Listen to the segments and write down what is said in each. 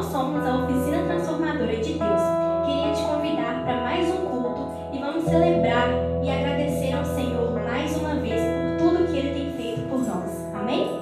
nós somos a Oficina Transformadora de Deus. Queria te convidar para mais um culto e vamos celebrar e agradecer ao Senhor mais uma vez por tudo que Ele tem feito por nós. Amém?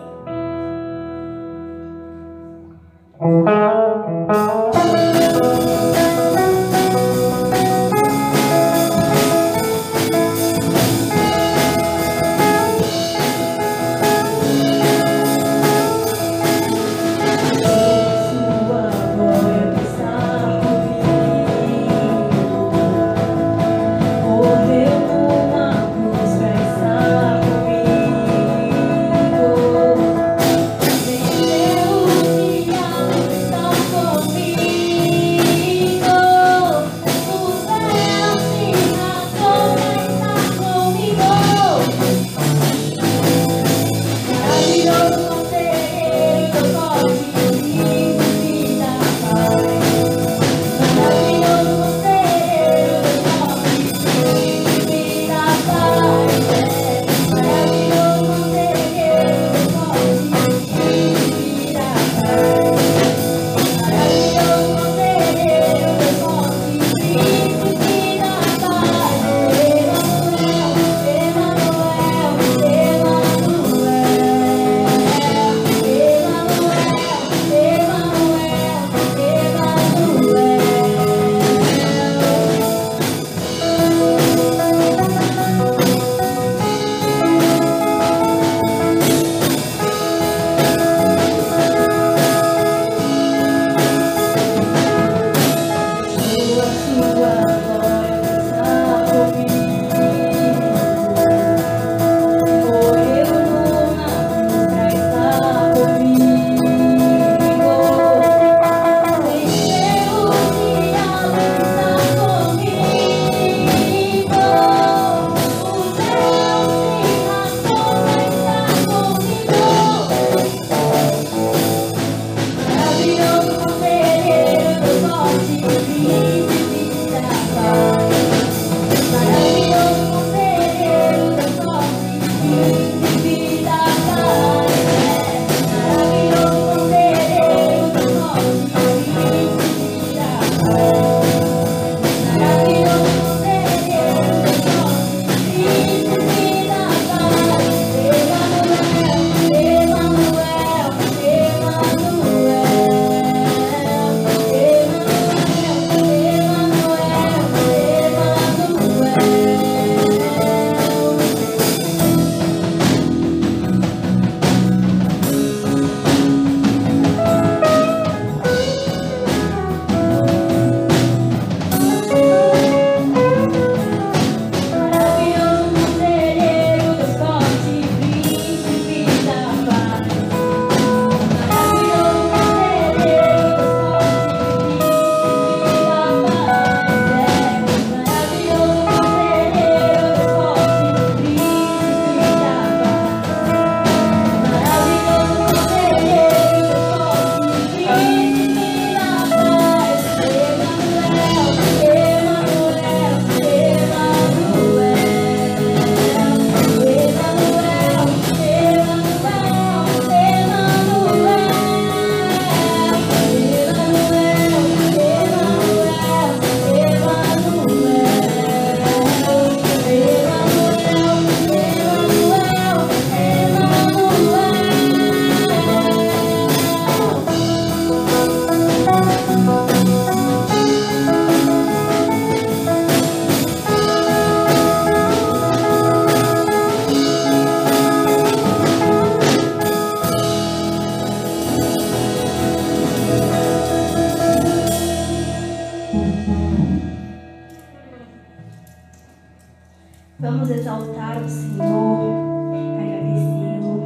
Vamos exaltar o Senhor, agradecê-lo.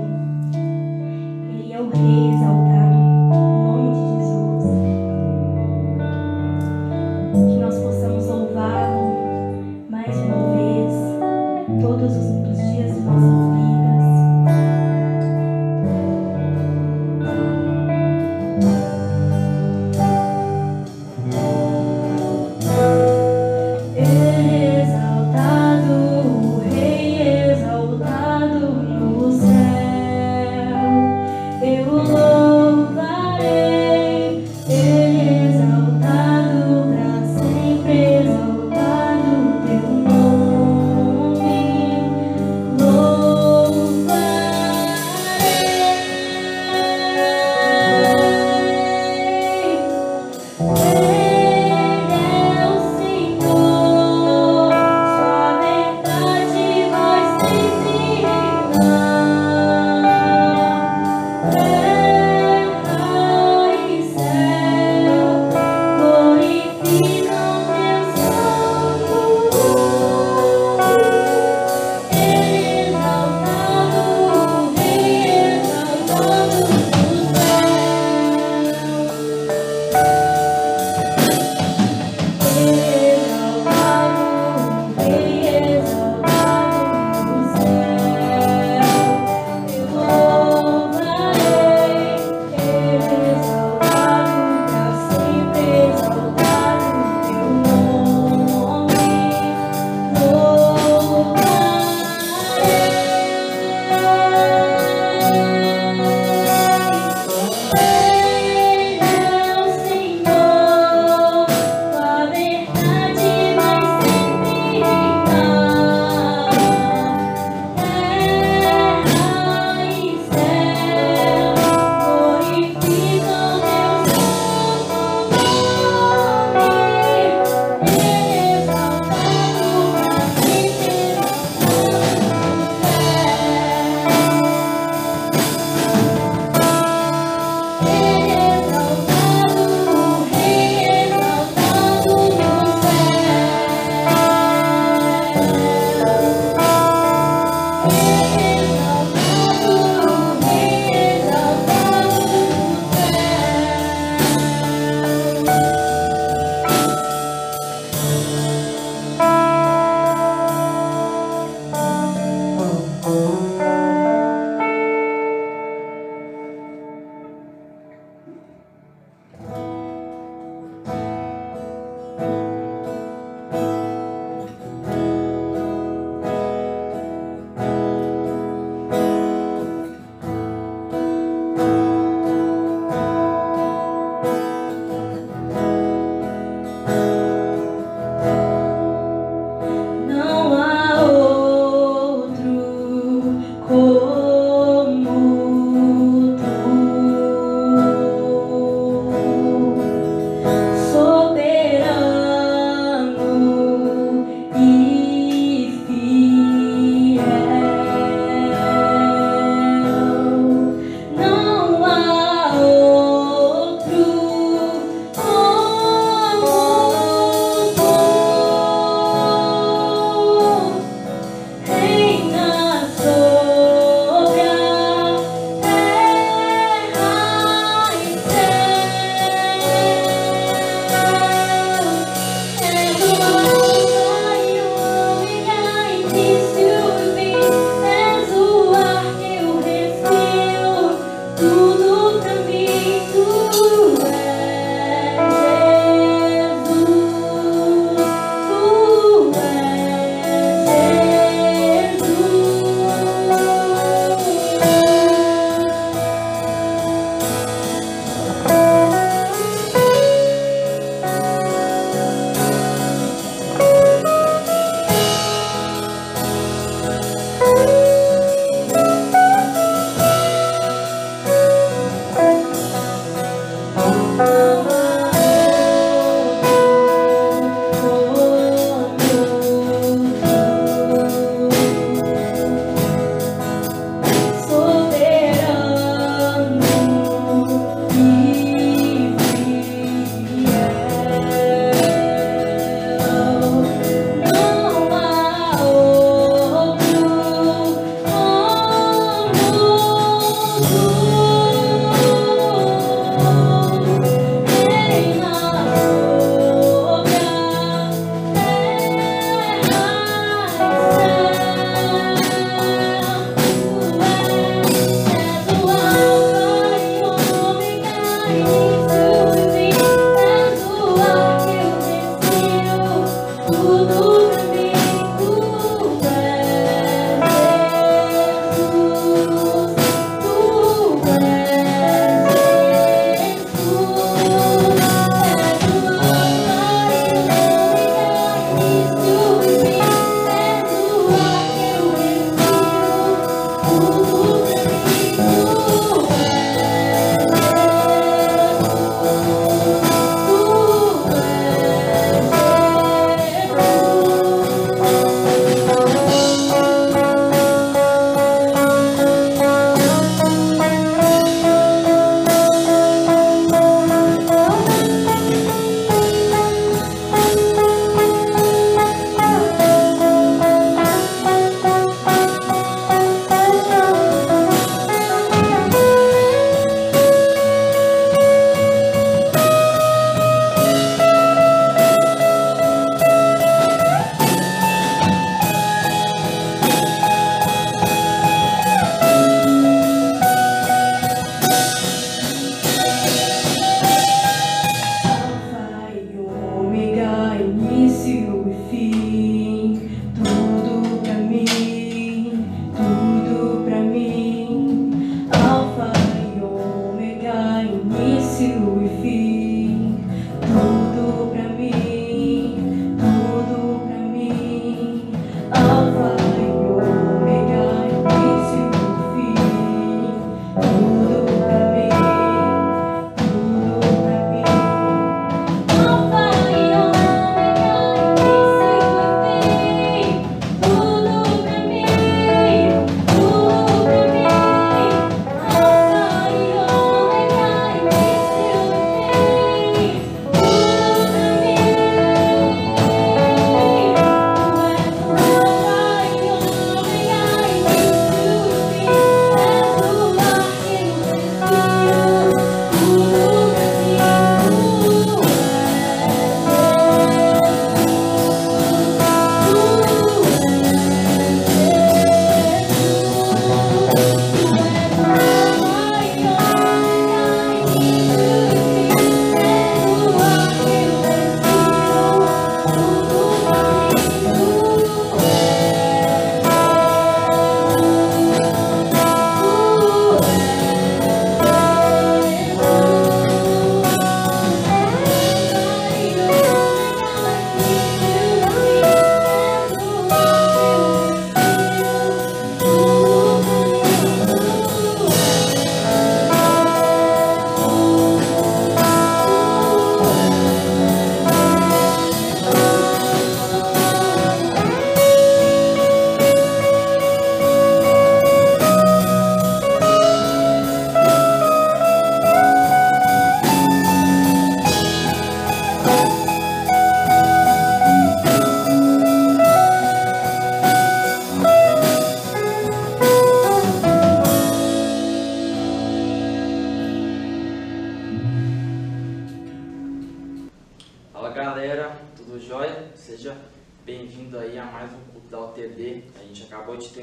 Ele é o Rei exaltado, em nome de Jesus. Que nós possamos louvá-lo mais uma vez, todos os dias de nossas vidas. Eu louvarei.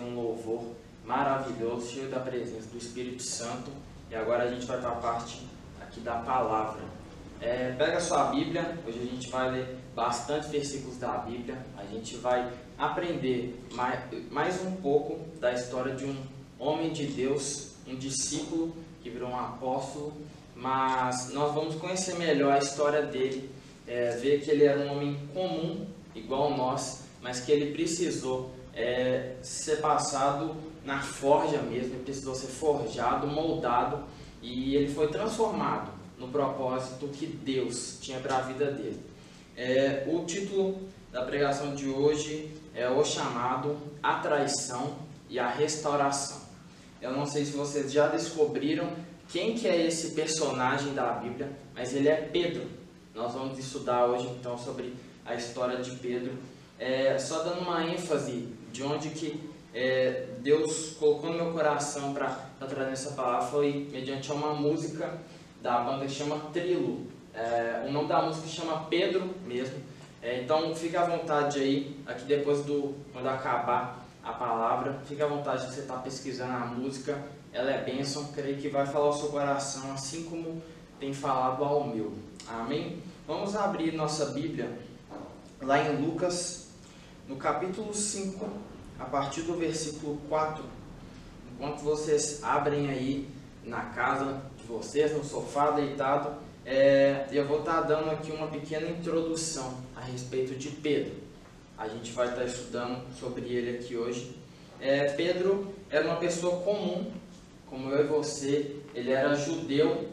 um louvor maravilhoso, cheio da presença do Espírito Santo. E agora a gente vai para a parte aqui da palavra. Pega a sua Bíblia, hoje a gente vai ler bastante versículos da Bíblia. A gente vai aprender mais um pouco da história de um homem de Deus, um discípulo que virou um apóstolo. Mas nós vamos conhecer melhor a história dele, ver que ele era um homem comum, igual nós, mas que ele precisou ser passado na forja mesmo, ele precisou ser forjado, moldado, e ele foi transformado no propósito que Deus tinha para a vida dele. O título da pregação de hoje é o chamado A Traição e a Restauração. Eu não sei se vocês já descobriram quem que é esse personagem da Bíblia, mas ele é Pedro. Nós vamos estudar hoje então sobre a história de Pedro, só dando uma ênfase de onde que Deus colocou no meu coração para trazer essa palavra foi mediante uma música da banda que chama Trilo. O nome da música chama Pedro mesmo. Então fique à vontade aí, aqui depois quando acabar a palavra, fique à vontade que você está pesquisando a música. Ela é bênção, creio que vai falar ao seu coração, assim como tem falado ao meu. Amém? Vamos abrir nossa Bíblia lá em Lucas, no capítulo 5, a partir do versículo 4. Enquanto vocês abrem aí na casa de vocês, no sofá deitado, eu vou estar dando aqui uma pequena introdução a respeito de Pedro. A gente vai estar estudando sobre ele aqui hoje. Pedro era uma pessoa comum, como eu e você. Ele era judeu,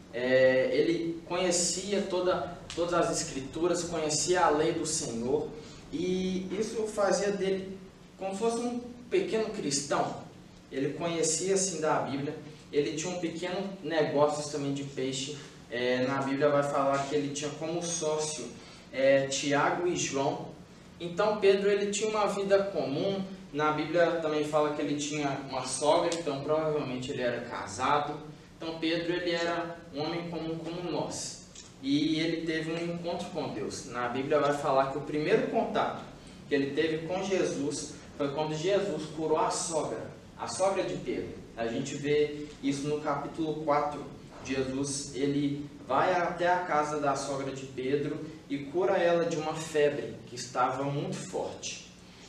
ele conhecia todas as escrituras, conhecia a lei do Senhor, e isso fazia dele como se fosse um pequeno cristão. Ele conhecia assim da Bíblia, ele tinha um pequeno negócio também de peixe. Na Bíblia vai falar que ele tinha como sócio Tiago e João. Então Pedro ele tinha uma vida comum. Na Bíblia também fala que ele tinha uma sogra, então provavelmente ele era casado. Então Pedro ele era um homem comum como nós. E ele teve um encontro com Deus. Na Bíblia vai falar que o primeiro contato que ele teve com Jesus foi quando Jesus curou a sogra de Pedro. A gente vê isso no capítulo 4. Jesus ele vai até a casa da sogra de Pedro e cura ela de uma febre que estava muito forte.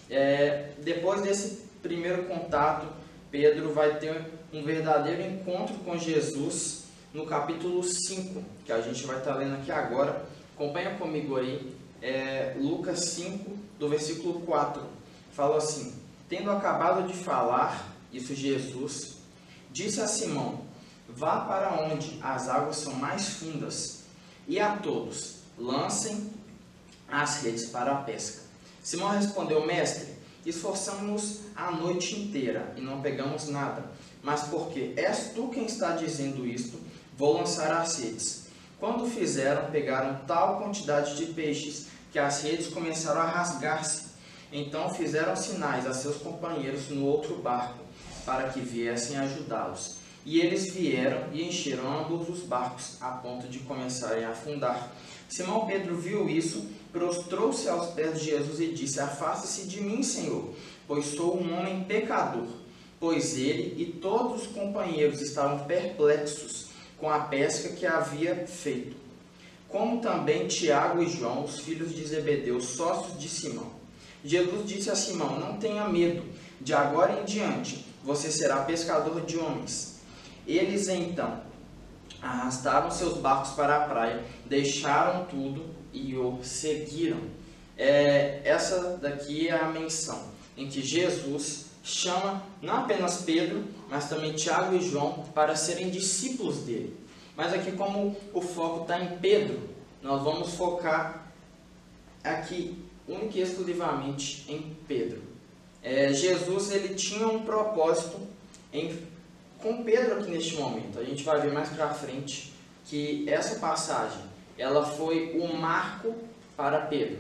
Depois desse primeiro contato, Pedro vai ter um verdadeiro encontro com Jesus no capítulo 5, que a gente vai estar lendo aqui agora. Acompanha comigo aí, Lucas 5, do versículo 4. Fala assim: tendo acabado de falar, isso Jesus, disse a Simão: vá para onde as águas são mais fundas, e a todos lancem as redes para a pesca. Simão respondeu: mestre, esforçamos-nos a noite inteira e não pegamos nada, mas porque és tu quem está dizendo isto, vou lançar as redes. Quando fizeram, pegaram tal quantidade de peixes que as redes começaram a rasgar-se. Então fizeram sinais a seus companheiros no outro barco, para que viessem ajudá-los. E eles vieram e encheram ambos os barcos, a ponto de começarem a afundar. Simão Pedro viu isso, prostrou-se aos pés de Jesus e disse: afaste-se de mim, Senhor, pois sou um homem pecador. Pois ele e todos os companheiros estavam perplexos com a pesca que havia feito, como também Tiago e João, os filhos de Zebedeu, sócios de Simão. Jesus disse a Simão: não tenha medo, de agora em diante você será pescador de homens. Eles então arrastaram seus barcos para a praia, deixaram tudo e o seguiram. Essa daqui é a menção em que Jesus chama não apenas Pedro, mas também Tiago e João para serem discípulos dele. Mas aqui, como o foco está em Pedro, nós vamos focar aqui única e exclusivamente em Pedro. Jesus ele tinha um propósito com Pedro aqui neste momento. A gente vai ver mais para frente que essa passagem ela foi o marco para Pedro.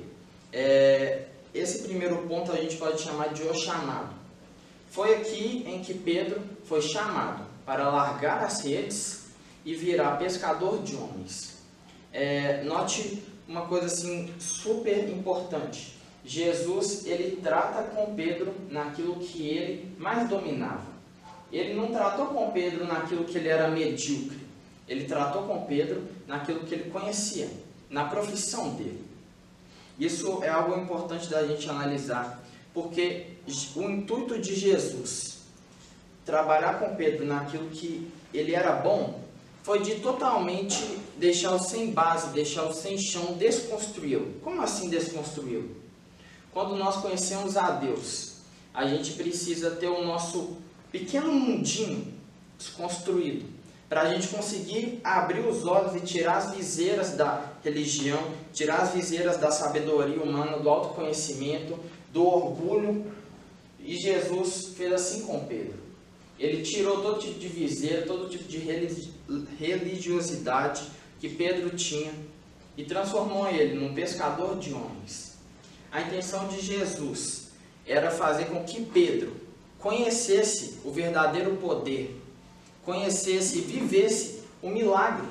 Esse primeiro ponto a gente pode chamar de o chamado. Foi aqui em que Pedro foi chamado para largar as redes e virar pescador de homens. Note uma coisa assim super importante. Jesus, ele trata com Pedro naquilo que ele mais dominava. Ele não tratou com Pedro naquilo que ele era medíocre. Ele tratou com Pedro naquilo que ele conhecia, na profissão dele. Isso é algo importante da gente analisar, porque o intuito de Jesus trabalhar com Pedro naquilo que ele era bom foi de totalmente deixá-lo sem base, deixá-lo sem chão, desconstruí-lo. Como assim desconstruí-lo? Quando nós conhecemos a Deus, a gente precisa ter o nosso pequeno mundinho desconstruído, para a gente conseguir abrir os olhos e tirar as viseiras da religião, tirar as viseiras da sabedoria humana, do autoconhecimento, do orgulho. E Jesus fez assim com Pedro. Ele tirou todo tipo de viseira, todo tipo de religiosidade que Pedro tinha e transformou ele num pescador de homens. A intenção de Jesus era fazer com que Pedro conhecesse o verdadeiro poder, conhecesse e vivesse o milagre.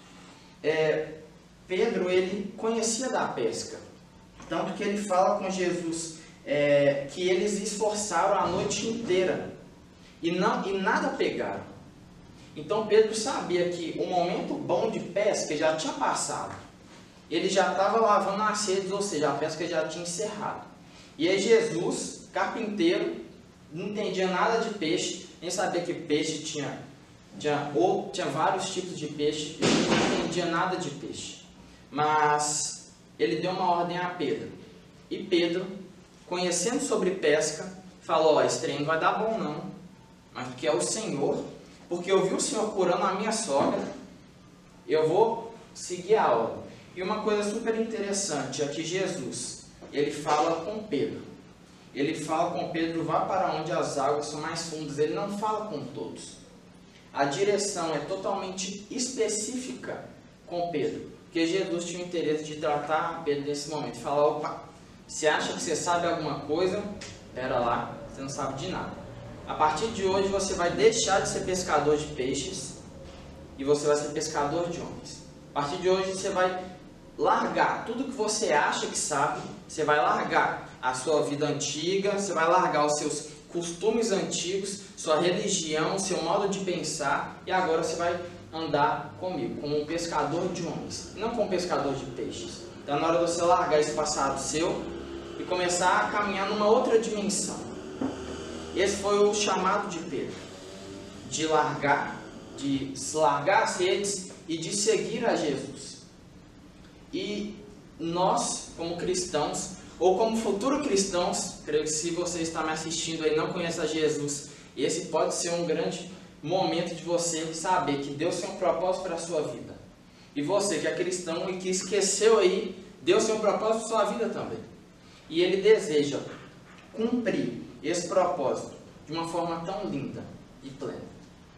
Pedro, ele conhecia da pesca, tanto que ele fala com Jesus que eles esforçaram a noite inteira e nada pegaram. Então Pedro sabia que o momento bom de pesca já tinha passado. Ele já estava lavando as redes, ou seja, a pesca já tinha encerrado. E aí Jesus, carpinteiro, não entendia nada de peixe, nem sabia que peixe tinha vários tipos de peixe, ele não entendia nada de peixe. Mas ele deu uma ordem a Pedro. E Pedro, conhecendo sobre pesca, falou: esse trem não vai dar bom não, mas porque é o Senhor, porque eu vi o Senhor curando a minha sogra, eu vou seguir a ordem. E uma coisa super interessante é que Jesus, ele fala com Pedro. Ele fala com Pedro: vá para onde as águas são mais fundas. Ele não fala com todos. A direção é totalmente específica com Pedro, porque Jesus tinha o interesse de tratar Pedro nesse momento. Falar: opa, você acha que você sabe alguma coisa? Pera lá, você não sabe de nada. A partir de hoje você vai deixar de ser pescador de peixes e você vai ser pescador de homens. A partir de hoje você vai largar tudo que você acha que sabe, você vai largar a sua vida antiga, você vai largar os seus costumes antigos, sua religião, seu modo de pensar, e agora você vai andar comigo, como um pescador de homens, não como um pescador de peixes. Então, na hora de você largar esse passado seu e começar a caminhar numa outra dimensão. Esse foi o chamado de Pedro, de largar as redes e de seguir a Jesus. E nós, como cristãos, ou como futuros cristãos, creio que se você está me assistindo aí e não conhece a Jesus, esse pode ser um grande momento de você saber que Deus tem um propósito para a sua vida. E você que é cristão e que esqueceu aí, Deus tem um propósito para a sua vida também. E Ele deseja cumprir esse propósito de uma forma tão linda e plena.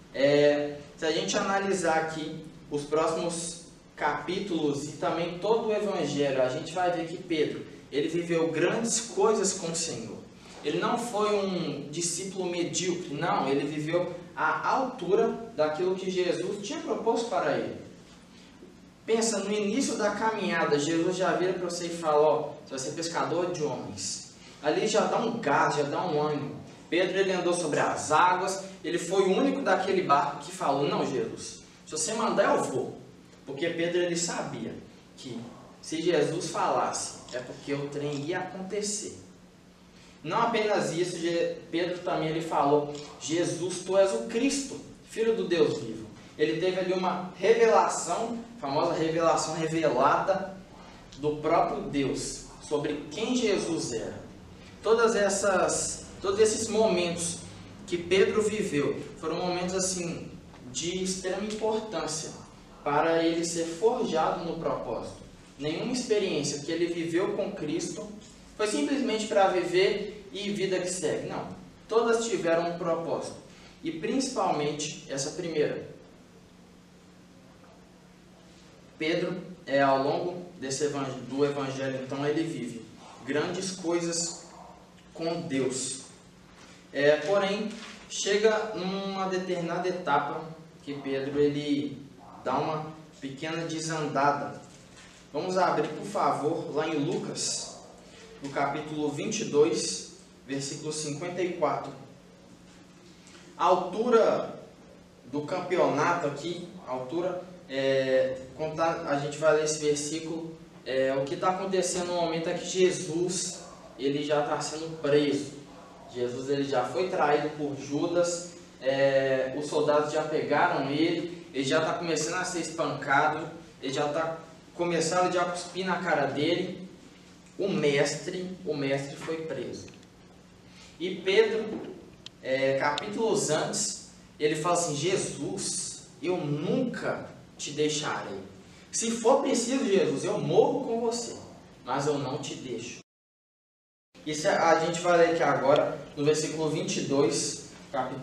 Se a gente analisar aqui os próximos capítulos e também todo o Evangelho, a gente vai ver que Pedro, ele viveu grandes coisas com o Senhor. Ele não foi um discípulo medíocre, não, ele viveu à altura daquilo que Jesus tinha proposto para ele. Pensa, no início da caminhada, Jesus já vira para você e fala: ó, você vai ser pescador de homens. Ali já dá um gás, já dá um ânimo. Pedro, ele andou sobre as águas, ele foi o único daquele barco que falou: não, Jesus, se você mandar eu vou. Porque Pedro, ele sabia que se Jesus falasse, é porque o trem ia acontecer. Não apenas isso, Pedro também ele falou: Jesus, tu és o Cristo, Filho do Deus vivo. Ele teve ali uma revelação, a famosa revelação revelada do próprio Deus, sobre quem Jesus era. Todos esses momentos que Pedro viveu, foram momentos assim, de extrema importância, para ele ser forjado no propósito. Nenhuma experiência que ele viveu com Cristo foi simplesmente para viver e vida que segue. Não. Todas tiveram um propósito. E principalmente essa primeira. Pedro, ao longo do Evangelho, então, ele vive grandes coisas com Deus. Porém, chega numa determinada etapa que Pedro, ele dá uma pequena desandada. Vamos abrir, por favor, lá em Lucas. no capítulo 22, versículo 54. A altura do campeonato aqui, a altura, quando a gente vai ler esse versículo, o que está acontecendo no momento é que Jesus, ele já está sendo preso. Jesus, ele já foi traído por Judas, os soldados já pegaram ele já está começando a ser espancado, ele já está começando a cuspir na cara dele. O mestre foi preso. E Pedro, capítulos antes, ele fala assim: Jesus, eu nunca te deixarei. Se for preciso, Jesus, eu morro com você, mas eu não te deixo. Isso a gente vai ler aqui agora no versículo 22,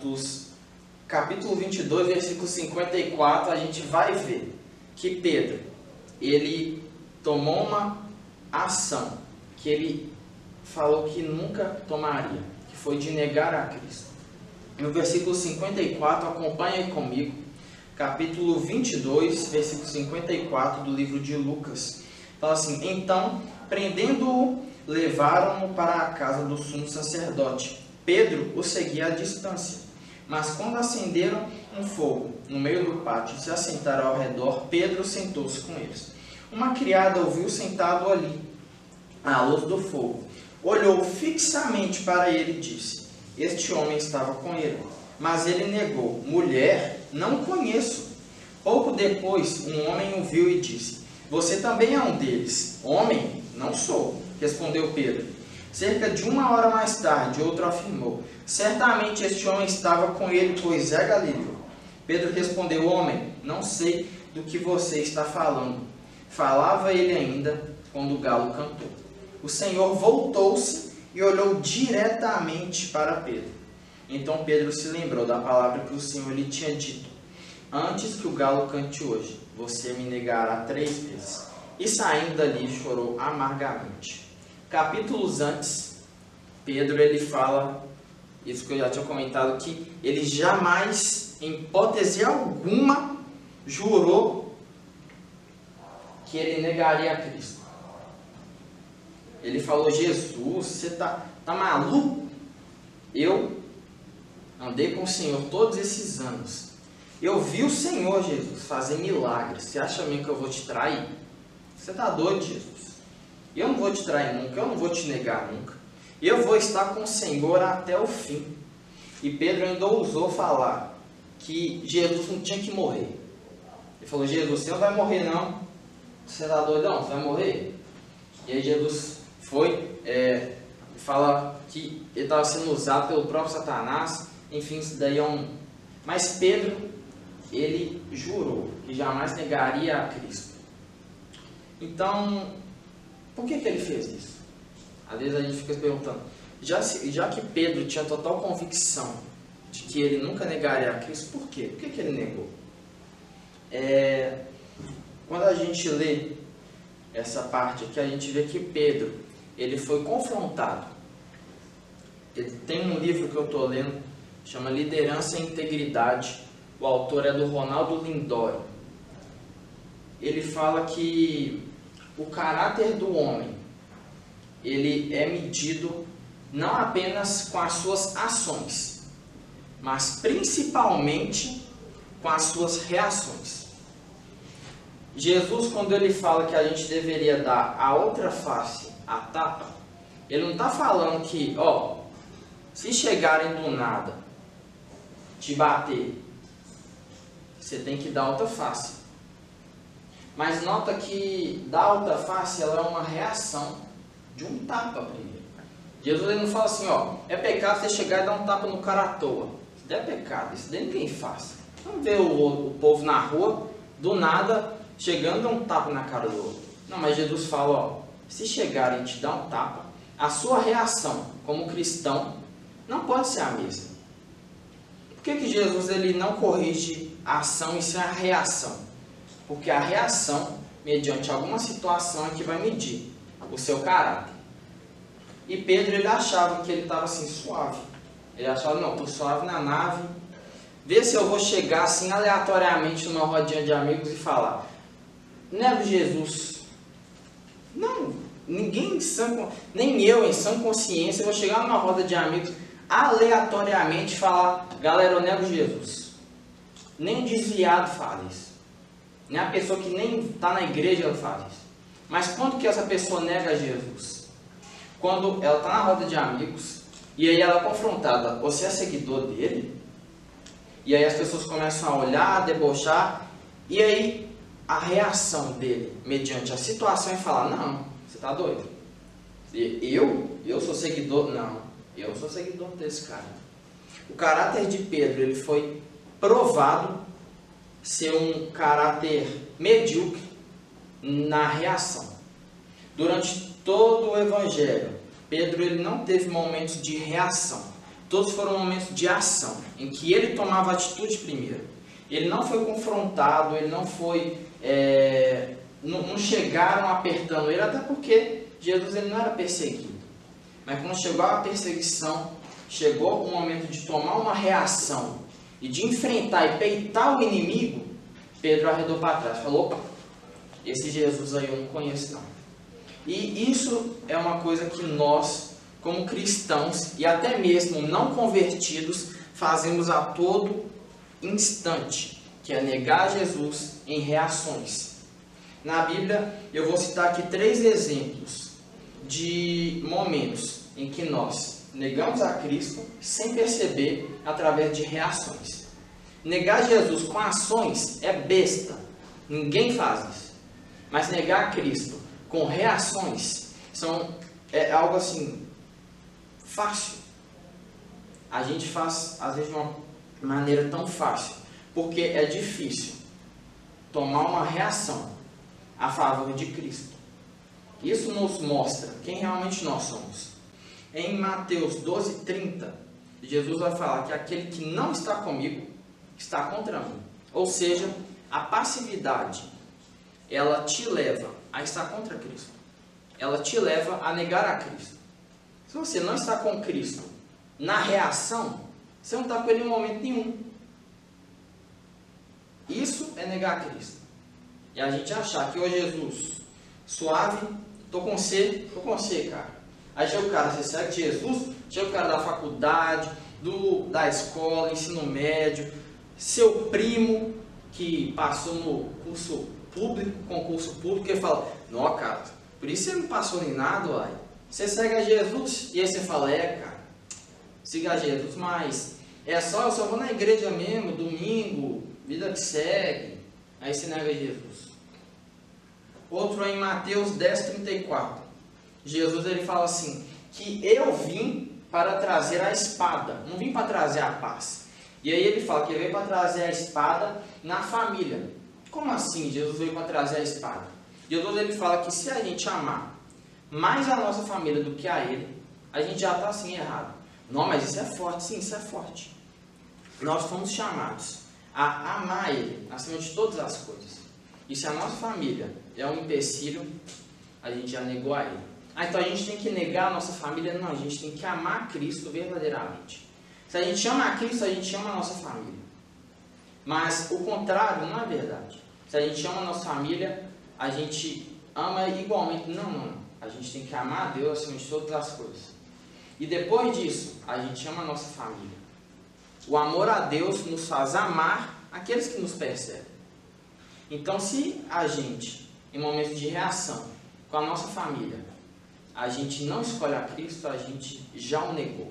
capítulo 22, versículo 54, a gente vai ver que Pedro, ele tomou uma ação que ele falou que nunca tomaria, que foi de negar a Cristo. No versículo 54, acompanha aí comigo, capítulo 22, versículo 54 do livro de Lucas. Fala assim: então, prendendo-o, levaram-no para a casa do sumo sacerdote. Pedro o seguia à distância. Mas quando acenderam um fogo no meio do pátio e se assentaram ao redor, Pedro sentou-se com eles. Uma criada o viu sentado ali, à luz do fogo. Olhou fixamente para ele e disse: este homem estava com ele. Mas ele negou: mulher, não conheço. Pouco depois, um homem o viu e disse: você também é um deles. Homem, não sou, respondeu Pedro. Cerca de 1 hora mais tarde, outro afirmou: certamente este homem estava com ele, pois é galileu. Pedro respondeu: homem, não sei do que você está falando. Falava ele ainda quando o galo cantou. O Senhor voltou-se e olhou diretamente para Pedro. Então Pedro se lembrou da palavra que o Senhor lhe tinha dito: antes que o galo cante hoje, você me negará 3 vezes. E saindo dali chorou amargamente. Capítulos antes, Pedro ele fala, isso que eu já tinha comentado, que ele jamais, em hipótese alguma, jurou que ele negaria a Cristo. Ele falou: Jesus, você tá maluco? Eu andei com o Senhor todos esses anos. Eu vi o Senhor, Jesus, fazer milagres. Você acha mesmo que eu vou te trair? Você está doido, Jesus? Eu não vou te trair nunca, eu não vou te negar nunca. Eu vou estar com o Senhor até o fim. E Pedro ainda ousou falar que Jesus não tinha que morrer. Ele falou: Jesus, você não vai morrer não. Você está doidão? Você vai morrer? E aí Jesus foi, fala que ele estava sendo usado pelo próprio Satanás. Enfim, isso daí é um... Mas Pedro, ele jurou que jamais negaria a Cristo. Então, por que ele fez isso? Às vezes a gente fica se perguntando, já que Pedro tinha total convicção de que ele nunca negaria a Cristo, por quê? Por que ele negou? Quando a gente lê essa parte aqui, a gente vê que Pedro, ele foi confrontado. Tem um livro que eu estou lendo, chama Liderança e Integridade. O autor é do Ronaldo Lindói. Ele fala que o caráter do homem, ele é medido não apenas com as suas ações, mas principalmente com as suas reações. Jesus, quando ele fala que a gente deveria dar a outra face, a tapa, ele não está falando que, se chegarem do nada, te bater, você tem que dar outra face. Mas nota que dar outra face, ela é uma reação de um tapa primeiro. Jesus ele não fala assim, é pecado você chegar e dar um tapa no cara à toa. Isso daí é pecado, isso daí ninguém faz. Vamos ver o povo na rua, do nada, chegando e dar um tapa na cara do outro. Não, mas Jesus fala, se chegarem e te dar um tapa, a sua reação como cristão não pode ser a mesma. Por que Jesus ele não corrige a ação e sim a reação? Porque a reação, mediante alguma situação, é que vai medir o seu caráter. E Pedro, ele achava que ele estava assim, suave. Ele achava, não, estou suave na nave. Vê se eu vou chegar assim, aleatoriamente, numa rodinha de amigos e falar, nego Jesus. Não, nem eu em sã consciência vou chegar numa roda de amigos aleatoriamente falar, galera, eu nego Jesus. Nem um desviado faz isso. Nem a pessoa que nem está na igreja faz isso. Mas quando que essa pessoa nega Jesus? Quando ela está na roda de amigos e aí ela é confrontada, você é seguidor dele? E aí as pessoas começam a olhar, a debochar, e aí a reação dele, mediante a situação, é falar, não, você está doido? Eu sou seguidor? Não, eu sou seguidor desse cara. O caráter de Pedro, ele foi provado ser um caráter medíocre na reação. Durante todo o Evangelho, Pedro ele não teve momentos de reação. Todos foram momentos de ação, em que ele tomava atitude primeiro. Ele não foi confrontado, ele não foi... não chegaram apertando ele, até porque Jesus ele não era perseguido. Mas quando chegou a perseguição, chegou o momento de tomar uma reação e de enfrentar e peitar o inimigo, Pedro arredou para trás, falou, opa, esse Jesus aí eu não conheço não. E isso é uma coisa que nós, como cristãos e até mesmo não convertidos, fazemos a todo instante, que é negar Jesus em reações. Na Bíblia, eu vou citar aqui 3 exemplos de momentos em que nós negamos a Cristo sem perceber através de reações. Negar Jesus com ações é besta, ninguém faz isso. Mas negar a Cristo com reações é algo assim fácil. A gente faz às vezes de uma maneira tão fácil, porque é difícil tomar uma reação a favor de Cristo. Isso nos mostra quem realmente nós somos. Em Mateus 12:30, Jesus vai falar que aquele que não está comigo está contra mim. Ou seja, a passividade, ela te leva a estar contra Cristo. Ela te leva a negar a Cristo. Se você não está com Cristo na reação, você não está com ele em momento nenhum. Isso é negar a Cristo. E a gente achar que, ô Jesus, suave, tô com você, cara. Aí chega o cara, você segue Jesus, chega o cara da faculdade, da escola, ensino médio, seu primo que passou no curso público, concurso público, ele fala, não, cara, por isso você não passou nem nada, uai. Você segue a Jesus, e aí você fala, cara, siga a Jesus, mas eu só vou na igreja mesmo, domingo, vida que segue. Aí você nega Jesus. Outro é em Mateus 10:34. Jesus ele fala assim, que eu vim para trazer a espada, não vim para trazer a paz. E aí ele fala que ele veio para trazer a espada na família. Como assim Jesus veio para trazer a espada? Jesus ele fala que se a gente amar mais a nossa família do que a ele, a gente já está assim errado. Não, mas isso é forte, sim, isso é forte. Nós fomos chamados a amar ele acima de todas as coisas. E se a nossa família é um empecilho, a gente já negou a ele. Então a gente tem que negar a nossa família? Não, a gente tem que amar Cristo verdadeiramente. Se a gente ama a Cristo, a gente ama a nossa família. Mas o contrário não é verdade. Se a gente ama a nossa família, a gente ama igualmente. Não. A gente tem que amar a Deus acima de todas as coisas. E depois disso, a gente ama a nossa família. O amor a Deus nos faz amar aqueles que nos perseguem. Então, se a gente, em momentos de reação com a nossa família, a gente não escolhe a Cristo, a gente já o negou.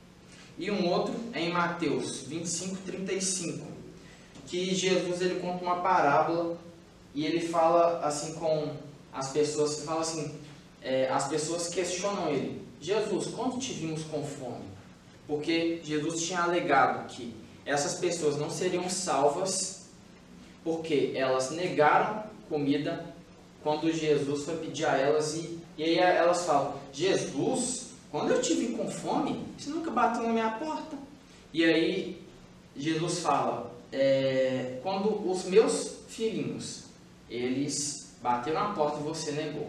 E um outro é em Mateus 25:35, que Jesus ele conta uma parábola e ele fala assim com as pessoas, fala assim, as pessoas questionam ele, Jesus, quando te vimos com fome? Porque Jesus tinha alegado que essas pessoas não seriam salvas porque elas negaram comida quando Jesus foi pedir a elas e aí elas falam, Jesus, quando eu te vi com fome, você nunca bateu na minha porta. E aí Jesus fala, quando os meus filhinhos, eles bateram na porta e você negou.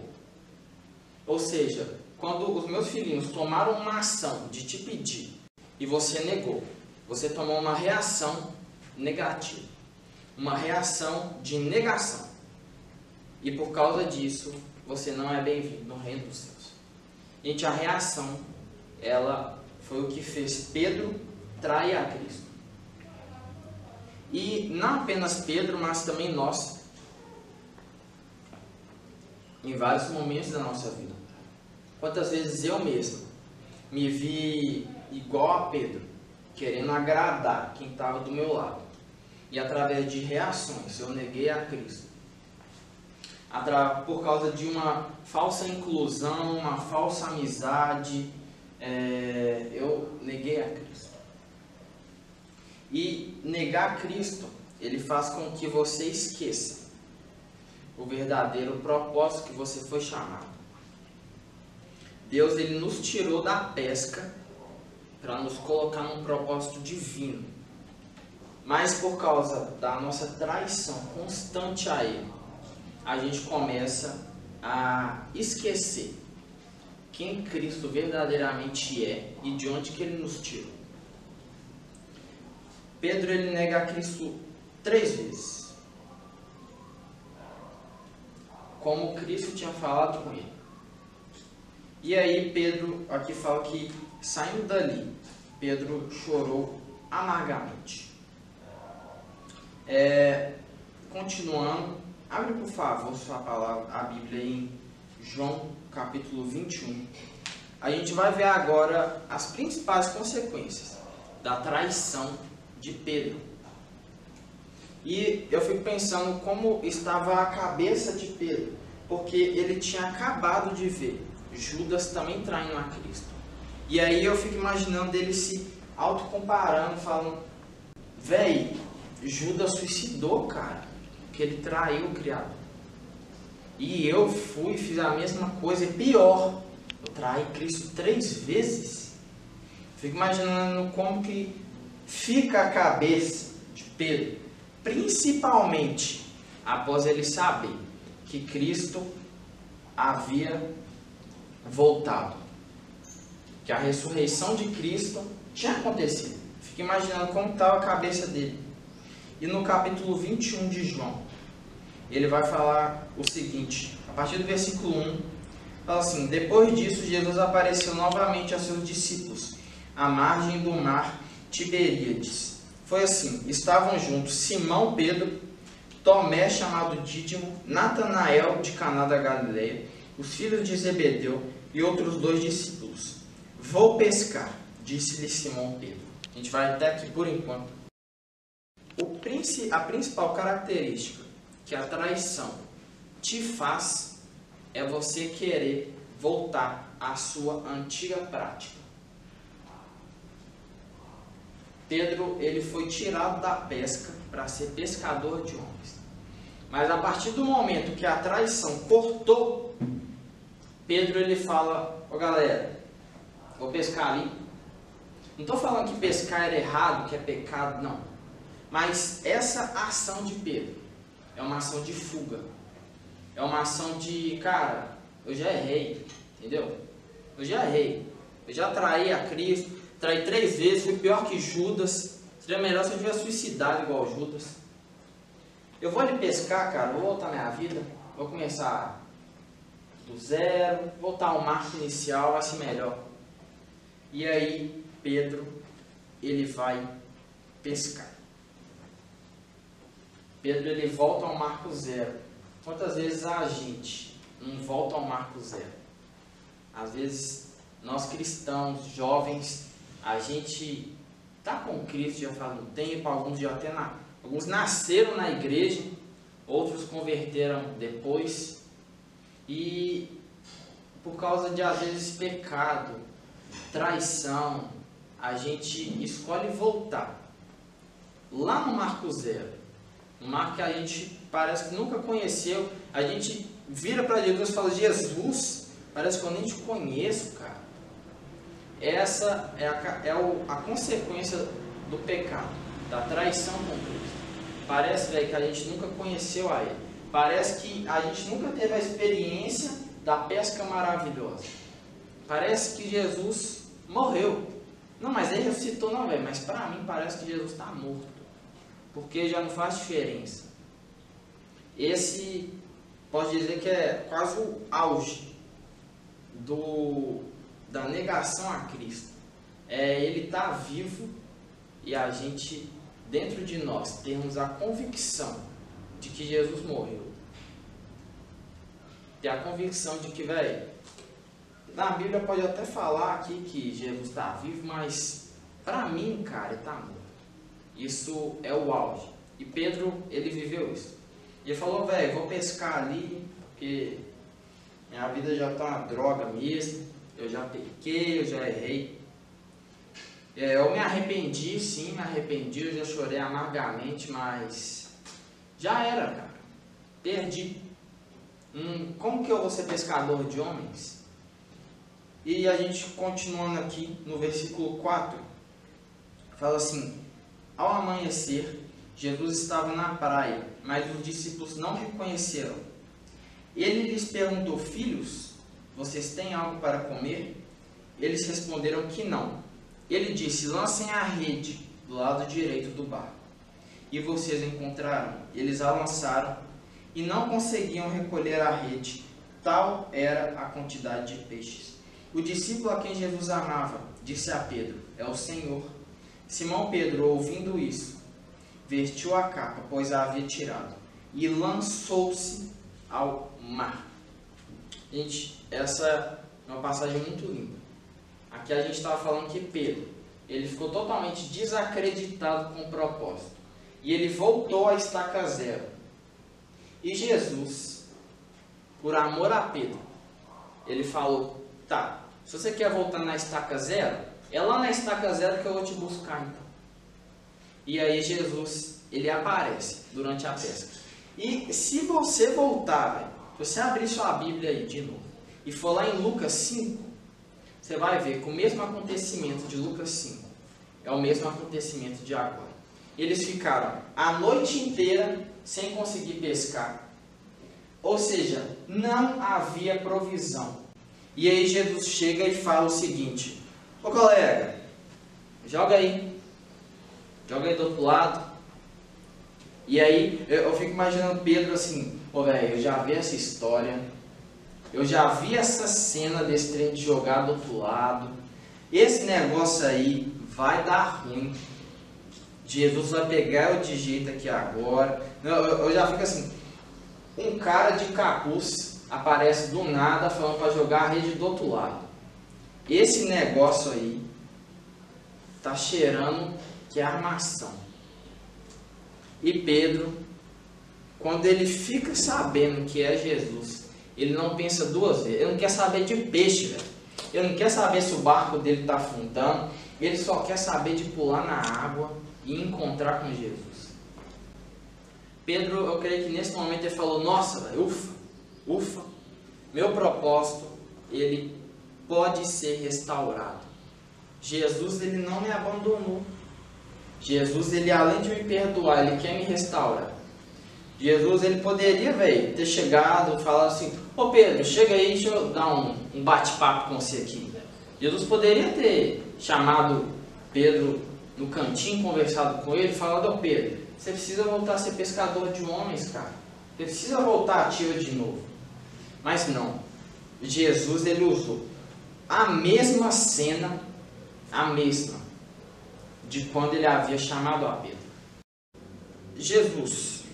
Ou seja, quando os meus filhinhos tomaram uma ação de te pedir e você negou, você tomou uma reação negativa, uma reação de negação. E por causa disso, você não é bem-vindo no reino dos céus. Gente, a reação, ela foi o que fez Pedro trair a Cristo. E não apenas Pedro, mas também nós, em vários momentos da nossa vida. Quantas vezes eu mesmo me vi igual a Pedro, querendo agradar quem estava do meu lado. E através de reações eu neguei a Cristo. Por causa de uma falsa inclusão, uma falsa amizade, eu neguei a Cristo. E negar a Cristo, ele faz com que você esqueça o verdadeiro propósito que você foi chamado. Deus, ele nos tirou da pesca para nos colocar num propósito divino. Mas por causa da nossa traição constante a Ele, a gente começa a esquecer quem Cristo verdadeiramente é e de onde que Ele nos tirou. Pedro, ele nega a Cristo 3 vezes, como Cristo tinha falado com ele. E aí Pedro aqui fala que, saindo dali, Pedro chorou amargamente. Continuando, abre por favor sua palavra, a Bíblia em João capítulo 21. A gente vai ver agora as principais consequências da traição de Pedro. E eu fico pensando como estava a cabeça de Pedro, porque ele tinha acabado de ver Judas também traindo a Cristo. E aí eu fico imaginando ele se autocomparando, falando: véi, Judas suicidou, cara, porque ele traiu o Criador. E eu fui e fiz a mesma coisa, e pior, eu traí Cristo 3 vezes. Fico imaginando como que fica a cabeça de Pedro, principalmente após ele saber que Cristo havia voltado, que a ressurreição de Cristo tinha acontecido. Fico imaginando como estava a cabeça dele. E no capítulo 21 de João, ele vai falar o seguinte, a partir do versículo 1, fala assim: depois disso, Jesus apareceu novamente a seus discípulos, à margem do mar Tiberíades. Foi assim: estavam juntos Simão Pedro, Tomé, chamado Dídimo, Natanael de Caná da Galileia, os filhos de Zebedeu e outros 2 discípulos. Vou pescar, disse-lhe Simão Pedro. A gente vai até aqui por enquanto. A principal característica que a traição te faz é você querer voltar à sua antiga prática. Pedro, ele foi tirado da pesca para ser pescador de homens. Mas a partir do momento que a traição cortou, Pedro, ele fala: ó galera, vou pescar ali. Não estou falando que pescar era errado, que é pecado, não. Mas essa ação de Pedro é uma ação de fuga. É uma ação de, cara, eu já errei, entendeu? Eu já errei. Eu já traí a Cristo, traí 3 vezes, fui pior que Judas. Seria melhor se eu tivesse suicidado igual Judas. Eu vou ali pescar, cara, vou voltar minha vida, vou começar do zero, voltar ao marco inicial, vai ser melhor. E aí, Pedro, ele vai pescar. Pedro, ele volta ao marco zero. Quantas vezes a gente não volta ao marco zero? Às vezes, nós cristãos, jovens, a gente está com Cristo já faz um tempo, alguns nasceram na igreja, outros converteram depois, e por causa de, às vezes, pecado, traição, a gente escolhe voltar lá no marco zero. Um marco que a gente parece que nunca conheceu. A gente vira para Jesus e fala: Jesus, parece que eu nem te conheço, cara. Essa é a consequência do pecado, da traição com Cristo. Parece, velho, que a gente nunca conheceu a Ele. Parece que a gente nunca teve a experiência da pesca maravilhosa. Parece que Jesus morreu. Não, mas Ele ressuscitou, não, velho. Mas para mim parece que Jesus está morto. Porque já não faz diferença. Esse posso dizer que é quase o auge da negação a Cristo. Ele está vivo e a gente, dentro de nós, temos a convicção de que Jesus morreu. Ter a convicção de que, na Bíblia pode até falar aqui que Jesus está vivo, mas para mim, cara, ele está morto. Isso é o auge. E Pedro, ele viveu isso. E ele falou, vou pescar ali, porque minha vida já está uma droga mesmo. Eu já pequei, eu já errei. Eu me arrependi, sim, eu já chorei amargamente, mas já era, cara. Perdi. Como que eu vou ser pescador de homens? E a gente continuando aqui no versículo 4, fala assim: ao amanhecer, Jesus estava na praia, mas os discípulos não reconheceram. Ele lhes perguntou: filhos, vocês têm algo para comer? Eles responderam que não. Ele disse: lancem a rede do lado direito do barco, e vocês encontrarão. Eles a lançaram e não conseguiam recolher a rede, tal era a quantidade de peixes. O discípulo a quem Jesus amava disse a Pedro: é o Senhor. Simão Pedro, ouvindo isso, vestiu a capa, pois a havia tirado, e lançou-se ao mar. Gente, essa é uma passagem muito linda. Aqui a gente estava falando que Pedro, ele ficou totalmente desacreditado com o propósito. E ele voltou à estaca zero. E Jesus, por amor a Pedro, ele falou: tá, se você quer voltar na estaca zero, é lá na estaca zero que eu vou te buscar então. E aí Jesus, ele aparece durante a pesca. E se você voltar, se você abrir sua Bíblia aí de novo, e for lá em Lucas 5, você vai ver que o mesmo acontecimento de Lucas 5 é o mesmo acontecimento de agora. Eles ficaram a noite inteira sem conseguir pescar. Ou seja, não havia provisão. E aí Jesus chega e fala o seguinte: ô colega, joga aí do outro lado. E aí eu fico imaginando Pedro assim: eu já vi essa história, eu já vi essa cena desse trem de jogar do outro lado, esse negócio aí vai dar ruim, Jesus vai pegar eu de jeito aqui agora. Eu já fico assim, um cara de capuz aparece do nada falando para jogar a rede do outro lado. Esse negócio aí tá cheirando que é armação. E Pedro, quando ele fica sabendo que é Jesus, ele não pensa duas vezes. Ele não quer saber de peixe, velho. Ele não quer saber se o barco dele está afundando. Ele só quer saber de pular na água e encontrar com Jesus. Pedro, eu creio que nesse momento ele falou: nossa, velho, ufa, meu propósito, ele pode ser restaurado. Jesus, ele não me abandonou. Jesus, ele além de me perdoar, ele quer me restaurar. Jesus, ele poderia, ter chegado e falado assim: ô Pedro, chega aí, deixa eu dar um bate-papo com você aqui. Jesus poderia ter chamado Pedro no cantinho, conversado com ele e falado: ô Pedro, você precisa voltar a ser pescador de homens, cara. Você precisa voltar ativo de novo. Mas não. Jesus, ele usou a mesma cena, de quando ele havia chamado a Pedro. Jesus,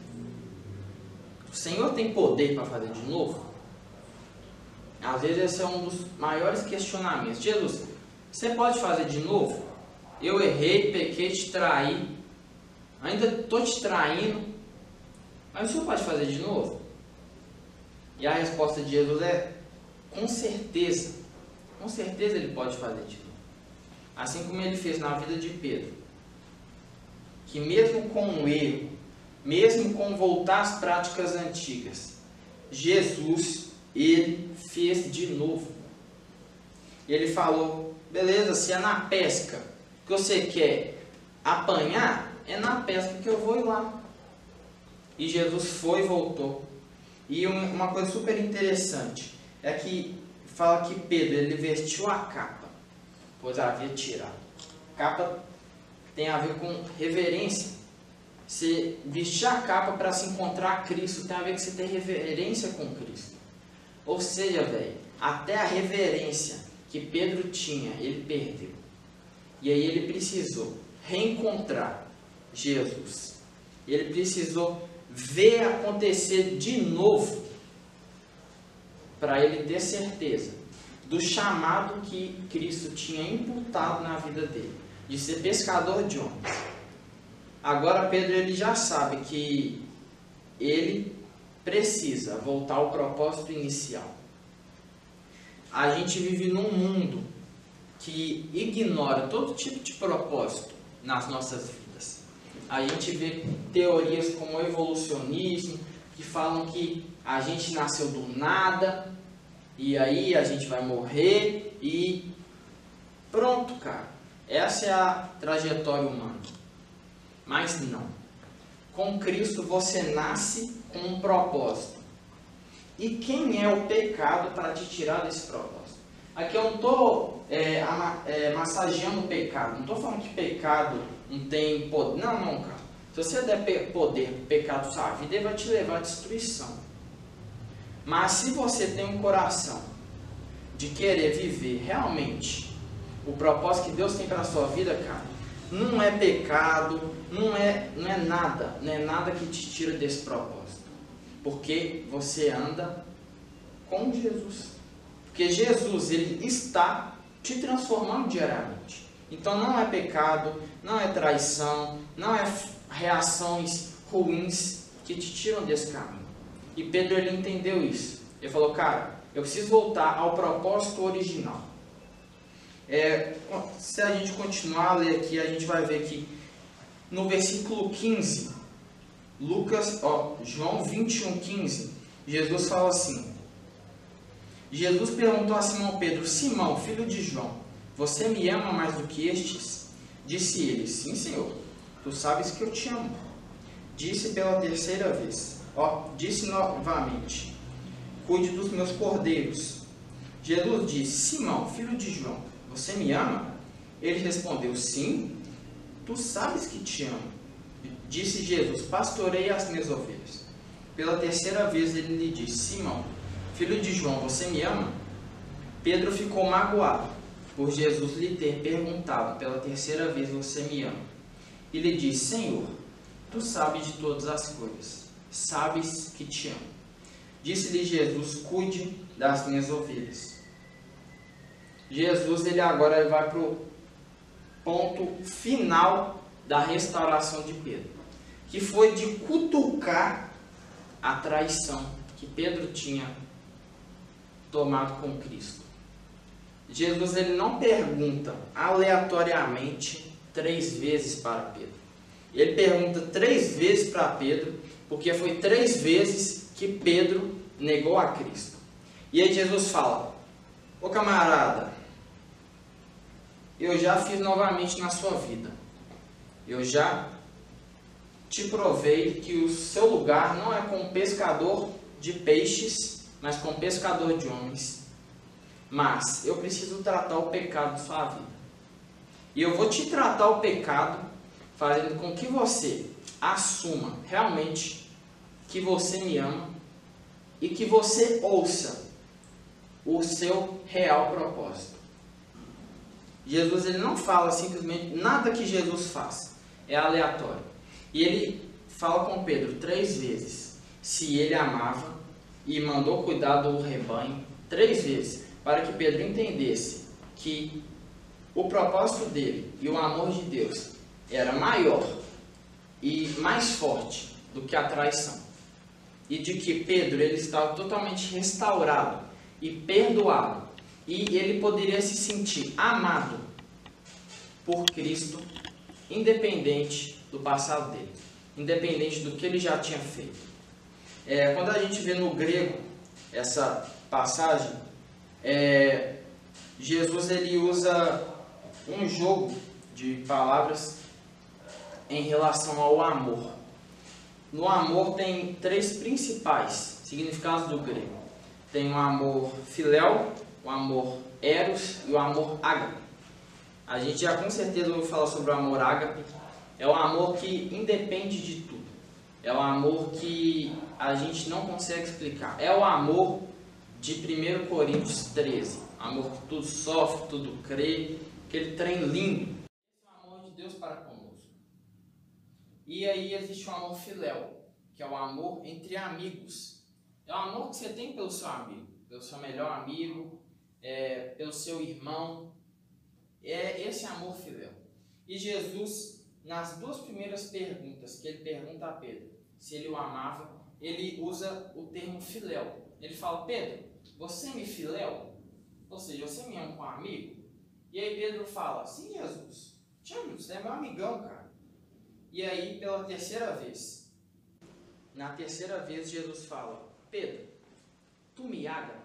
o Senhor tem poder para fazer de novo? Às vezes esse é um dos maiores questionamentos. Jesus, você pode fazer de novo? Eu errei, pequei, te traí, ainda estou te traindo, mas o Senhor pode fazer de novo? E a resposta de Jesus é: com certeza ele pode fazer de novo. Assim como ele fez na vida de Pedro, que mesmo com um erro, mesmo com voltar às práticas antigas, Jesus, ele fez de novo. Ele falou: beleza, se é na pesca que você quer apanhar, é na pesca que eu vou ir lá. E Jesus foi e voltou. E uma coisa super interessante é que fala que Pedro, ele vestiu a capa, pois havia tirado. Capa tem a ver com reverência. Você vestir a capa para se encontrar Cristo tem a ver com você ter reverência com Cristo. Ou seja, velho, até a reverência que Pedro tinha, ele perdeu. E aí ele precisou reencontrar Jesus. Ele precisou ver acontecer de novo para ele ter certeza do chamado que Cristo tinha imputado na vida dele, de ser pescador de homens. Agora Pedro ele já sabe que ele precisa voltar ao propósito inicial. A gente vive num mundo que ignora todo tipo de propósito nas nossas vidas. A gente vê teorias como o evolucionismo, que falam que a gente nasceu do nada, e aí a gente vai morrer, e pronto, cara. Essa é a trajetória humana. Mas não. Com Cristo você nasce com um propósito. E quem é o pecado para te tirar desse propósito? Aqui eu não estou massageando o pecado. Não estou falando que pecado não tem poder. Não, cara. Se você der poder para o pecado na sua vida, ele vai te levar à destruição. Mas se você tem um coração de querer viver realmente o propósito que Deus tem para a sua vida, cara, não é pecado, não é nada que te tira desse propósito. Porque você anda com Jesus. Porque Jesus, ele está te transformando diariamente. Então não é pecado, não é traição, não é reações ruins que te tiram desse caminho. E Pedro, ele entendeu isso. Ele falou, cara, eu preciso voltar ao propósito original. Se a gente continuar a ler aqui, a gente vai ver que no versículo 15, João 21:15, Jesus fala assim: Jesus perguntou a Simão Pedro: Simão, filho de João, você me ama mais do que estes? Disse ele: sim, Senhor, tu sabes que eu te amo. Disse pela terceira vez, disse novamente: cuide dos meus cordeiros. Jesus disse: Simão, filho de João, você me ama? Ele respondeu: sim, tu sabes que te amo. Disse Jesus: pastorei as minhas ovelhas. Pela terceira vez ele lhe disse: Simão, filho de João, você me ama? Pedro ficou magoado por Jesus lhe ter perguntado pela terceira vez: você me ama? E lhe disse: Senhor, tu sabes de todas as coisas, sabes que te amo. Disse-lhe Jesus: cuide das minhas ovelhas. Jesus, ele agora vai para o ponto final da restauração de Pedro, que foi de cutucar a traição que Pedro tinha tomado com Cristo. Jesus, ele não pergunta aleatoriamente 3 vezes para Pedro. Ele pergunta 3 vezes para Pedro, porque foi 3 vezes que Pedro negou a Cristo. E aí Jesus fala: ô camarada, eu já fiz novamente na sua vida. Eu já te provei que o seu lugar não é como pescador de peixes, mas como pescador de homens. Mas eu preciso tratar o pecado da sua vida. E eu vou te tratar o pecado fazendo com que você assuma realmente que você me ama e que você ouça o seu real propósito. Jesus, ele não fala simplesmente, nada que Jesus faz é aleatório. E ele fala com Pedro 3 vezes se ele amava e mandou cuidar do rebanho 3 vezes, para que Pedro entendesse que o propósito dele e o amor de Deus era maior e mais forte do que a traição. E de que Pedro, ele estava totalmente restaurado e perdoado. E ele poderia se sentir amado por Cristo, independente do passado dele, independente do que ele já tinha feito. Quando a gente vê no grego essa passagem, Jesus, ele usa um jogo de palavras em relação ao amor. No amor tem 3 principais significados do grego. Tem o amor filéu, o amor eros e o amor ágape. A gente já com certeza ouviu falar sobre o amor ágape, É o amor que independe de tudo. É o amor que a gente não consegue explicar. É o amor de 1 Coríntios 13. Amor que tudo sofre, tudo crê. Aquele trem lindo. Esse é o amor de Deus para conosco. E aí existe o amor filéu, que é o amor entre amigos. É o amor que você tem pelo seu amigo, pelo seu melhor amigo, pelo seu irmão. É esse amor filéu. E Jesus, nas duas primeiras perguntas que ele pergunta a Pedro, se ele o amava, ele usa o termo filéu. Ele fala: Pedro, você me filéu? Ou seja, você me ama como amigo? E aí Pedro fala: sim, Jesus, te amo, você é meu amigão, cara. E aí, pela terceira vez, na terceira vez, Jesus fala: Pedro, tu me amas?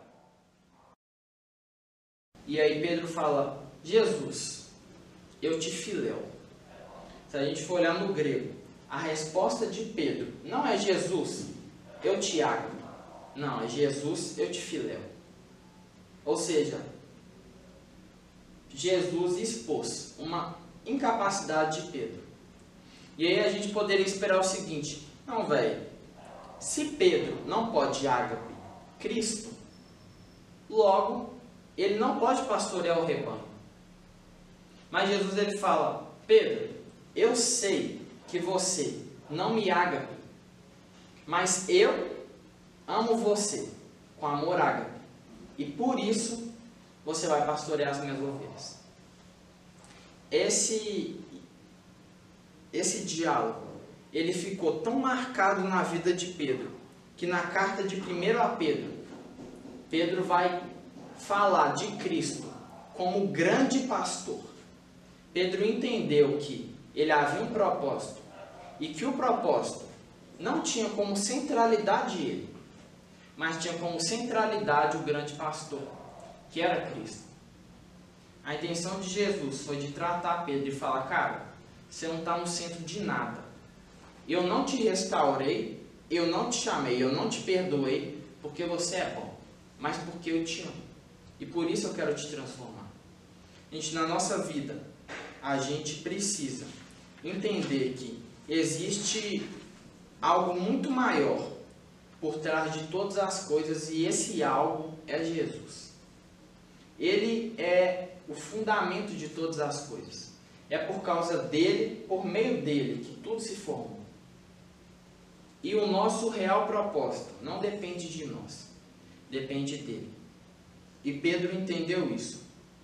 E aí Pedro fala: Jesus, eu te filéu. Se a gente for olhar no grego, a resposta de Pedro não é Jesus, eu te amo. Não, é Jesus, eu te filéu. Ou seja, Jesus expôs uma incapacidade de Pedro. E aí a gente poderia esperar o seguinte: não, velho, se Pedro não pode ágape Cristo, logo ele não pode pastorear o rebanho. Mas Jesus ele fala: Pedro, eu sei que você não me ágape, mas eu amo você com amor ágape, e por isso você vai pastorear as minhas ovelhas. Esse diálogo, ele ficou tão marcado na vida de Pedro, que na carta de 1 a Pedro, Pedro vai falar de Cristo como grande pastor. Pedro entendeu que ele havia um propósito, e que o propósito não tinha como centralidade ele, mas tinha como centralidade o grande pastor, que era Cristo. A intenção de Jesus foi de tratar Pedro e falar: cara, você não está no centro de nada. Eu não te restaurei, eu não te chamei, eu não te perdoei porque você é bom, mas porque eu te amo. E por isso eu quero te transformar. Gente, na nossa vida, a gente precisa entender que existe algo muito maior por trás de todas as coisas, e esse algo é Jesus. Ele é o fundamento de todas as coisas. É por causa dele, por meio dele, que tudo se formou. E o nosso real propósito não depende de nós, depende dele. E Pedro entendeu isso.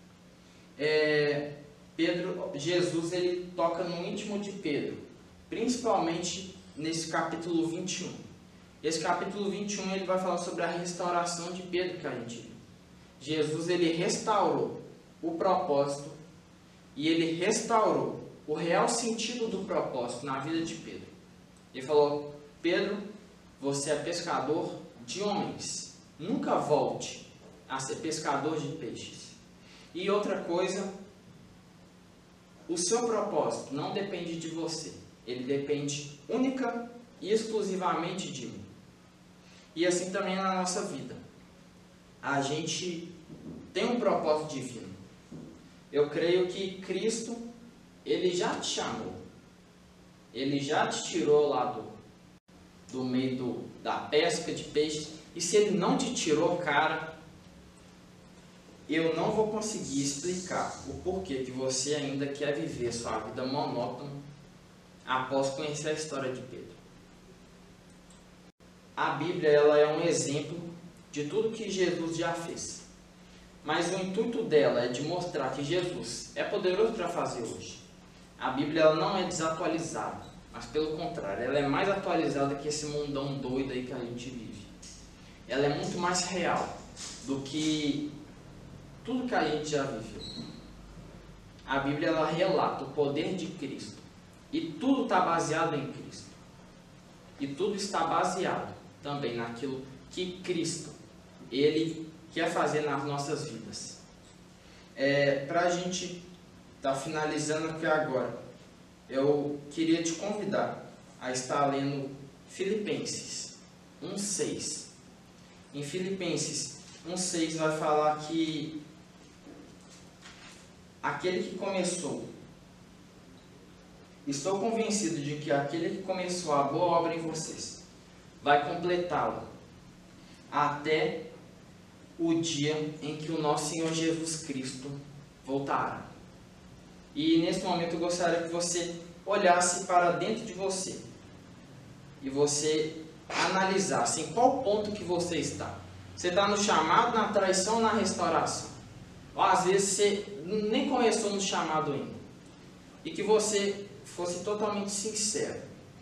Jesus ele toca no íntimo de Pedro, principalmente nesse capítulo 21. Esse capítulo 21 ele vai falar sobre a restauração de Pedro que a gente viu. Jesus ele restaurou o propósito e ele restaurou o real sentido do propósito na vida de Pedro. Ele falou: Pedro, você é pescador de homens, nunca volte a ser pescador de peixes. E outra coisa, o seu propósito não depende de você, ele depende única e exclusivamente de mim. E assim também na nossa vida, a gente tem um propósito divino. Eu creio que Cristo, ele já te chamou, ele já te tirou lá do meio da pesca de peixes, e se ele não te tirou, cara, eu não vou conseguir explicar o porquê que você ainda quer viver sua vida monótona após conhecer a história de Pedro. A Bíblia ela é um exemplo de tudo que Jesus já fez, mas o intuito dela é de mostrar que Jesus é poderoso para fazer hoje. A Bíblia ela não é desatualizada, mas pelo contrário, ela é mais atualizada que esse mundão doido aí que a gente vive. Ela é muito mais real do que tudo que a gente já viveu. A Bíblia ela relata o poder de Cristo, e tudo está baseado em Cristo, e tudo está baseado também naquilo que Cristo ele quer fazer nas nossas vidas. Para a gente estar finalizando aqui agora, eu queria te convidar a estar lendo Filipenses 1:6. Em Filipenses 1:6 vai falar que aquele que começou estou convencido de que aquele que começou a boa obra em vocês vai completá-la até o dia em que o nosso Senhor Jesus Cristo voltará. E nesse momento eu gostaria que você olhasse para dentro de você e você analisasse em qual ponto que você está. Você está no chamado, na traição ou na restauração? Ou às vezes você nem começou no chamado ainda. E que você fosse totalmente sincero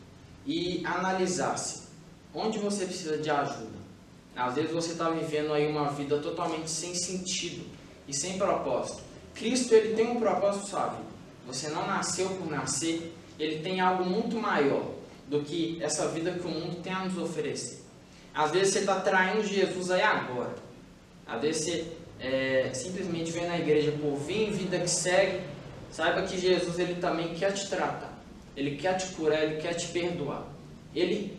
e analisasse onde você precisa de ajuda. Às vezes você está vivendo aí uma vida totalmente sem sentido e sem propósito. Cristo, ele tem um propósito para a sua vida. Você não nasceu por nascer. Ele tem algo muito maior do que essa vida que o mundo tem a nos oferecer. Às vezes você está traindo Jesus aí agora. Às vezes você simplesmente vem na igreja por vir, vida que segue. Saiba que Jesus, ele também quer te tratar. Ele quer te curar, ele quer te perdoar. Ele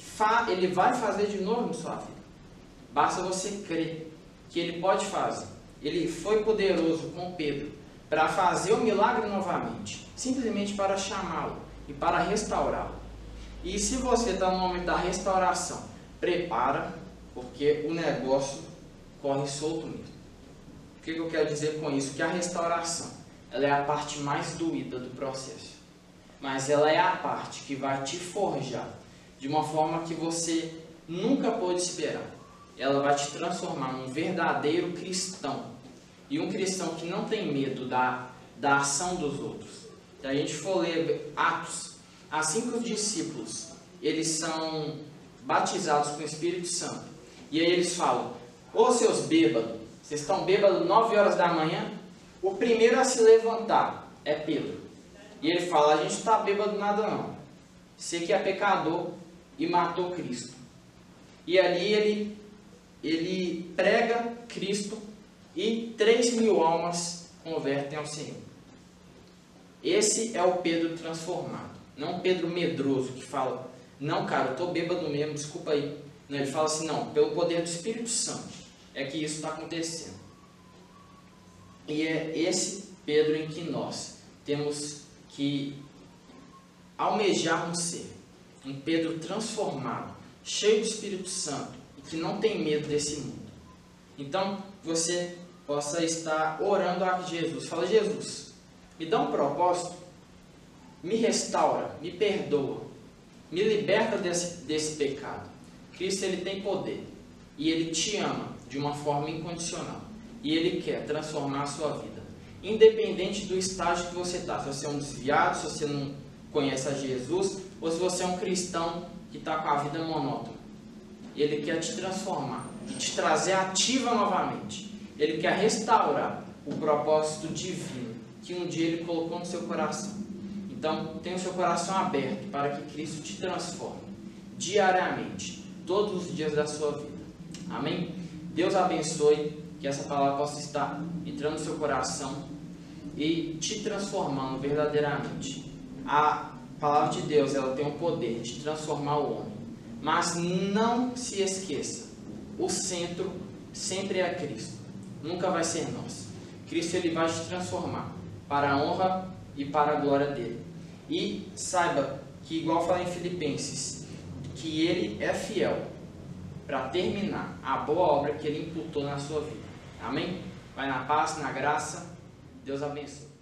vai fazer de novo na sua vida. Basta você crer que ele pode fazer. Ele foi poderoso com Pedro para fazer o milagre novamente. Simplesmente para chamá-lo e para restaurá-lo. E se você está no momento da restauração, prepara, porque o negócio corre solto mesmo. O que eu quero dizer com isso? Que a restauração, ela é a parte mais doída do processo. Mas ela é a parte que vai te forjar de uma forma que você nunca pôde esperar. Ela vai te transformar num verdadeiro cristão. E um cristão que não tem medo da ação dos outros. Se a gente for ler Atos, assim que os discípulos, eles são batizados com o Espírito Santo. E aí eles falam: ô seus bêbados, vocês estão bêbados 9 horas da manhã? O primeiro a se levantar é Pedro. E ele fala: a gente não está bêbado nada não. Você que é pecador e matou Cristo. E ali ele prega Cristo e 3.000 almas convertem ao Senhor. Esse é o Pedro transformado. Não o Pedro medroso que fala: não, cara, eu estou bêbado mesmo, desculpa aí. Não, ele fala assim: não, pelo poder do Espírito Santo é que isso está acontecendo. E é esse Pedro em que nós temos que almejarmos ser. Um Pedro transformado, cheio do Espírito Santo e que não tem medo desse mundo. Então, você possa estar orando a Jesus. Fala: Jesus, me dá um propósito, me restaura, me perdoa, me liberta desse pecado. Cristo, ele tem poder e ele te ama de uma forma incondicional e ele quer transformar a sua vida, independente do estágio que você está. Se você é um desviado, se você não conhece a Jesus, ou se você é um cristão que está com a vida monótona. Ele quer te transformar e te trazer ativa novamente. Ele quer restaurar o propósito divino que um dia ele colocou no seu coração. Então, tenha o seu coração aberto para que Cristo te transforme diariamente, todos os dias da sua vida. Amém? Deus abençoe, que essa palavra possa estar entrando no seu coração e te transformando verdadeiramente. A palavra de Deus, ela tem o poder de transformar o homem. Mas não se esqueça, o centro sempre é Cristo. Nunca vai ser nós. Cristo, ele vai te transformar para a honra e para a glória dele. E saiba que, igual fala em Filipenses, que ele é fiel para terminar a boa obra que ele imputou na sua vida. Amém? Vai na paz, na graça. Deus abençoe.